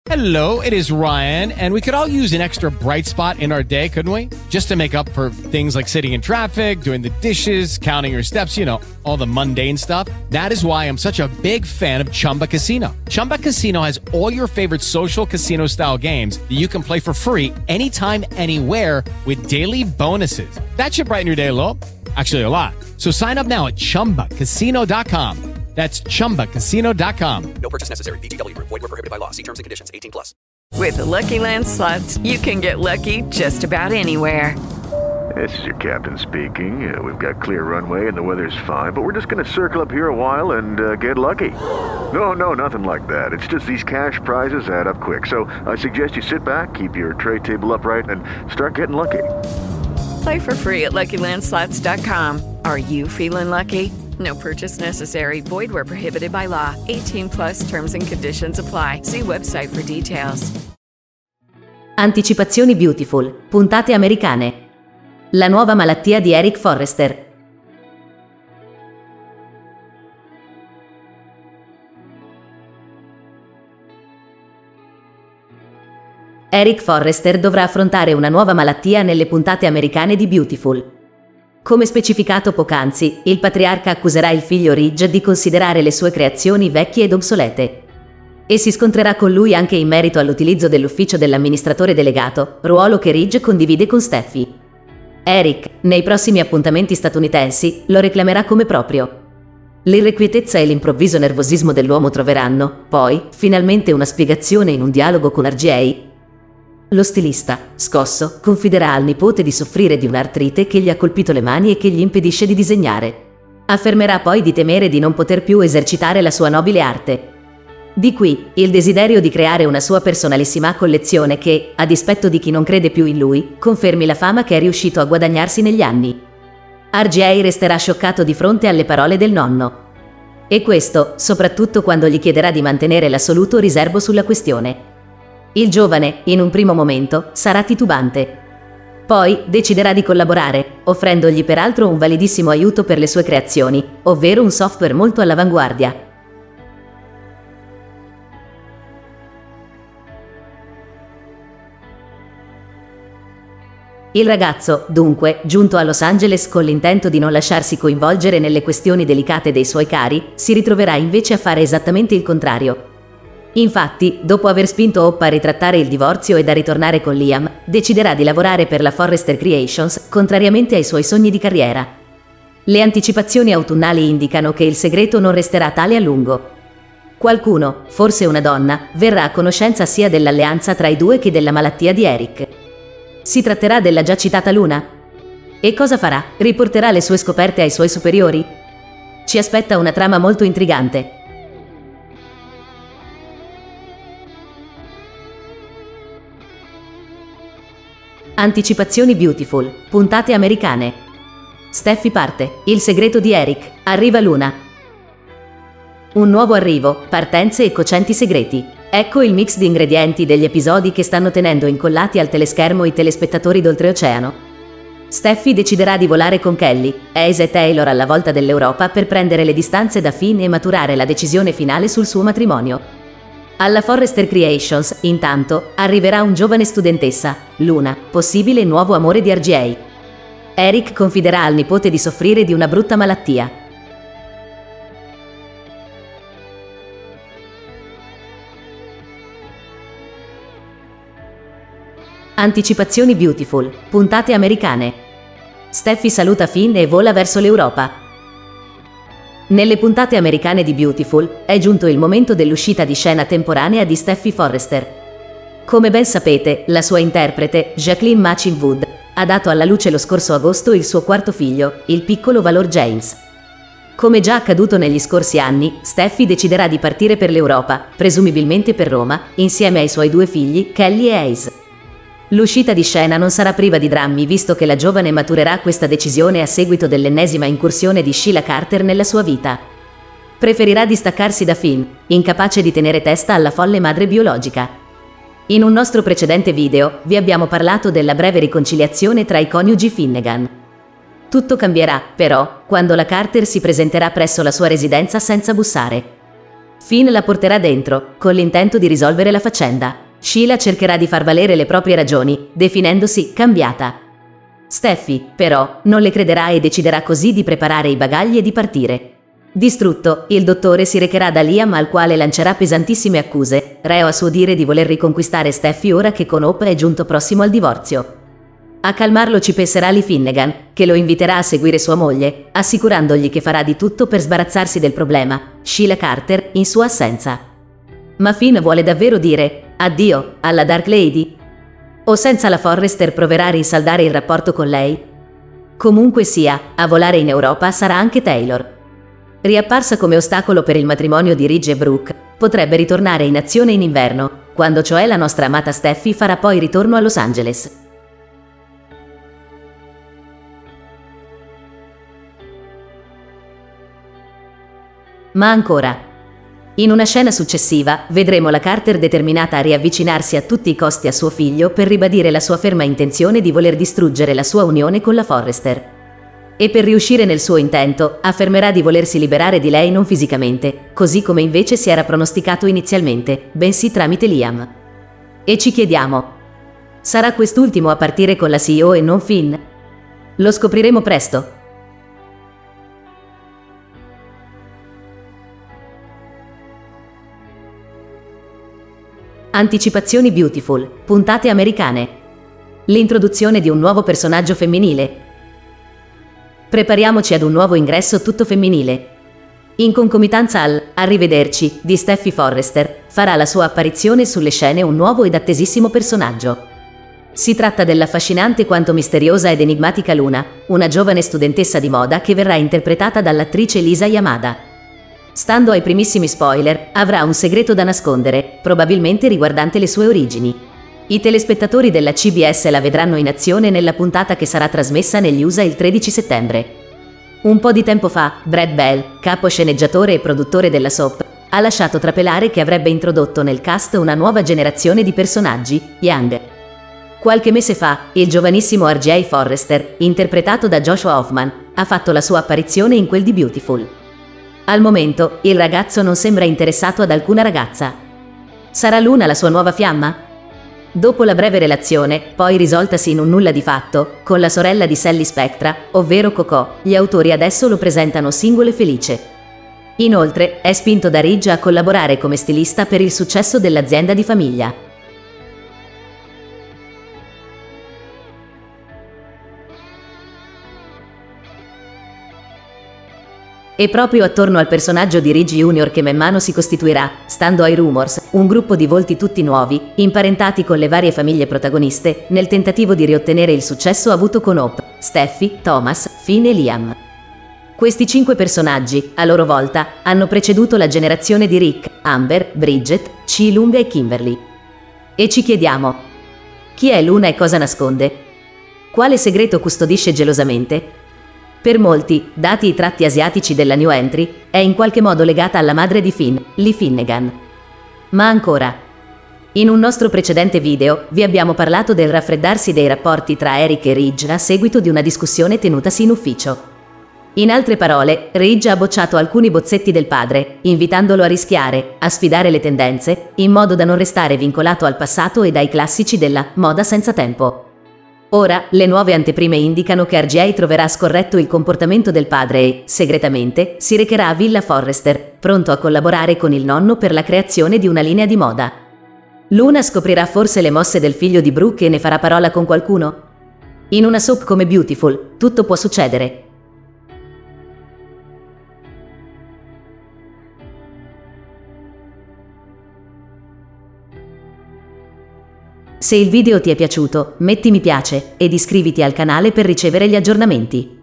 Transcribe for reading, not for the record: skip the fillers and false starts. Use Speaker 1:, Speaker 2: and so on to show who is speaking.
Speaker 1: Hello, it is Ryan, and we could all use an extra bright spot in our day, couldn't we? Just to make up for things like sitting in traffic, doing the dishes, counting your steps, you know, all the mundane stuff. That is why I'm such a big fan of Chumba Casino. Chumba Casino has all your favorite social casino-style games that you can play for free anytime, anywhere with daily bonuses. That should brighten your day a little. Actually, a lot. So sign up now at ChumbaCasino.com. That's ChumbaCasino.com.
Speaker 2: No purchase necessary. VGW Group. Void where prohibited by law. See terms and conditions. 18 plus.
Speaker 3: With the Lucky Land Slots, you can get lucky just about anywhere.
Speaker 4: This is your captain speaking. We've got clear runway and the weather's fine, but we're just going to circle up here a while and get lucky. No, nothing like that. It's just these cash prizes add up quick. So I suggest you sit back, keep your tray table upright, and start getting lucky.
Speaker 3: Play for free at LuckyLandSlots.com. Are you feeling lucky? No purchase necessary. Void where prohibited by law. 18 plus terms and conditions apply. See website for details.
Speaker 5: Anticipazioni Beautiful, puntate americane. La nuova malattia di Eric Forrester. Eric Forrester dovrà affrontare una nuova malattia nelle puntate americane di Beautiful. Come specificato poc'anzi, il patriarca accuserà il figlio Ridge di considerare le sue creazioni vecchie ed obsolete. E si scontrerà con lui anche in merito all'utilizzo dell'ufficio dell'amministratore delegato, ruolo che Ridge condivide con Steffi. Eric, nei prossimi appuntamenti statunitensi, lo reclamerà come proprio. L'irrequietezza e l'improvviso nervosismo dell'uomo troveranno, poi, finalmente una spiegazione in un dialogo con RJ. Lo stilista, scosso, confiderà al nipote di soffrire di un'artrite che gli ha colpito le mani e che gli impedisce di disegnare. Affermerà poi di temere di non poter più esercitare la sua nobile arte. Di qui, il desiderio di creare una sua personalissima collezione che, a dispetto di chi non crede più in lui, confermi la fama che è riuscito a guadagnarsi negli anni. RJ resterà scioccato di fronte alle parole del nonno. E questo, soprattutto quando gli chiederà di mantenere l'assoluto riservo sulla questione. Il giovane, in un primo momento, sarà titubante. Poi deciderà di collaborare, offrendogli peraltro un validissimo aiuto per le sue creazioni, ovvero un software molto all'avanguardia. Il ragazzo, dunque, giunto a Los Angeles con l'intento di non lasciarsi coinvolgere nelle questioni delicate dei suoi cari, si ritroverà invece a fare esattamente il contrario. Infatti, dopo aver spinto Hope a ritrattare il divorzio e a ritornare con Liam, deciderà di lavorare per la Forrester Creations, contrariamente ai suoi sogni di carriera. Le anticipazioni autunnali indicano che il segreto non resterà tale a lungo. Qualcuno, forse una donna, verrà a conoscenza sia dell'alleanza tra i due che della malattia di Eric. Si tratterà della già citata Luna? E cosa farà? Riporterà le sue scoperte ai suoi superiori? Ci aspetta una trama molto intrigante. Anticipazioni Beautiful, puntate americane. Steffi parte, il segreto di Eric, arriva Luna. Un nuovo arrivo, partenze e cocenti segreti. Ecco il mix di ingredienti degli episodi che stanno tenendo incollati al teleschermo i telespettatori d'oltreoceano. Steffi deciderà di volare con Kelly, Ace e Taylor alla volta dell'Europa per prendere le distanze da Finn e maturare la decisione finale sul suo matrimonio. Alla Forrester Creations, intanto, arriverà un giovane studentessa, Luna, possibile nuovo amore di RJ. Eric confiderà al nipote di soffrire di una brutta malattia. Anticipazioni Beautiful, puntate americane. Steffi saluta Finn e vola verso l'Europa. Nelle puntate americane di Beautiful è giunto il momento dell'uscita di scena temporanea di Steffi Forrester. Come ben sapete, la sua interprete, Jacqueline Machin Wood, ha dato alla luce lo scorso agosto il suo quarto figlio, il piccolo Valor James. Come già accaduto negli scorsi anni, Steffi deciderà di partire per l'Europa, presumibilmente per Roma, insieme ai suoi due figli, Kelly e Ace. L'uscita di scena non sarà priva di drammi visto che la giovane maturerà questa decisione a seguito dell'ennesima incursione di Sheila Carter nella sua vita. Preferirà distaccarsi da Finn, incapace di tenere testa alla folle madre biologica. In un nostro precedente video vi abbiamo parlato della breve riconciliazione tra i coniugi Finnegan. Tutto cambierà, però, quando la Carter si presenterà presso la sua residenza senza bussare. Finn la porterà dentro, con l'intento di risolvere la faccenda. Sheila cercherà di far valere le proprie ragioni, definendosi cambiata. Steffi, però, non le crederà e deciderà così di preparare i bagagli e di partire. Distrutto, il dottore si recherà da Liam, al quale lancerà pesantissime accuse, reo a suo dire di voler riconquistare Steffi ora che con Hope è giunto prossimo al divorzio. A calmarlo ci penserà Lee Finnegan, che lo inviterà a seguire sua moglie, assicurandogli che farà di tutto per sbarazzarsi del problema, Sheila Carter, in sua assenza. Ma Finn vuole davvero dire addio alla Dark Lady? O senza la Forrester proverà a rinsaldare il rapporto con lei? Comunque sia, a volare in Europa sarà anche Taylor. Riapparsa come ostacolo per il matrimonio di Ridge e Brooke, potrebbe ritornare in azione in inverno, quando cioè la nostra amata Steffi farà poi ritorno a Los Angeles. Ma ancora. In una scena successiva, vedremo la Carter determinata a riavvicinarsi a tutti i costi a suo figlio per ribadire la sua ferma intenzione di voler distruggere la sua unione con la Forrester. E per riuscire nel suo intento, affermerà di volersi liberare di lei non fisicamente, così come invece si era pronosticato inizialmente, bensì tramite Liam. E ci chiediamo: sarà quest'ultimo a partire con la CEO e non Finn? Lo scopriremo presto. Anticipazioni Beautiful, puntate americane. L'introduzione di un nuovo personaggio femminile. Prepariamoci ad un nuovo ingresso tutto femminile. In concomitanza al Arrivederci di Steffi Forrester, farà la sua apparizione sulle scene un nuovo ed attesissimo personaggio. Si tratta dell'affascinante quanto misteriosa ed enigmatica Luna, una giovane studentessa di moda che verrà interpretata dall'attrice Lisa Yamada. Stando ai primissimi spoiler, avrà un segreto da nascondere, probabilmente riguardante le sue origini. I telespettatori della CBS la vedranno in azione nella puntata che sarà trasmessa negli USA il 13 settembre. Un po' di tempo fa, Brad Bell, capo sceneggiatore e produttore della soap, ha lasciato trapelare che avrebbe introdotto nel cast una nuova generazione di personaggi, young. Qualche mese fa, il giovanissimo R.J. Forrester, interpretato da Joshua Hoffman, ha fatto la sua apparizione in quel di Beautiful. Al momento, il ragazzo non sembra interessato ad alcuna ragazza. Sarà Luna la sua nuova fiamma? Dopo la breve relazione, poi risoltasi in un nulla di fatto, con la sorella di Sally Spectra, ovvero Coco, gli autori adesso lo presentano singolo e felice. Inoltre, è spinto da Ridge a collaborare come stilista per il successo dell'azienda di famiglia. E proprio attorno al personaggio di Ridge Jr. che man mano si costituirà, stando ai rumors, un gruppo di volti tutti nuovi, imparentati con le varie famiglie protagoniste, nel tentativo di riottenere il successo avuto con Hope, Steffi, Thomas, Finn e Liam. Questi 5 personaggi, a loro volta, hanno preceduto la generazione di Rick, Amber, Bridget, Chi-Lung e Kimberly. E ci chiediamo: chi è Luna e cosa nasconde? Quale segreto custodisce gelosamente? Per molti, dati i tratti asiatici della new entry, è in qualche modo legata alla madre di Finn, Lee Finnegan. Ma ancora, in un nostro precedente video vi abbiamo parlato del raffreddarsi dei rapporti tra Eric e Ridge a seguito di una discussione tenutasi in ufficio. In altre parole, Ridge ha bocciato alcuni bozzetti del padre, invitandolo a rischiare, a sfidare le tendenze, in modo da non restare vincolato al passato e ai classici della moda senza tempo. Ora, le nuove anteprime indicano che RJ troverà scorretto il comportamento del padre e, segretamente, si recherà a Villa Forrester, pronto a collaborare con il nonno per la creazione di una linea di moda. Luna scoprirà forse le mosse del figlio di Brooke e ne farà parola con qualcuno? In una soap come Beautiful, tutto può succedere. Se il video ti è piaciuto, metti mi piace ed iscriviti al canale per ricevere gli aggiornamenti.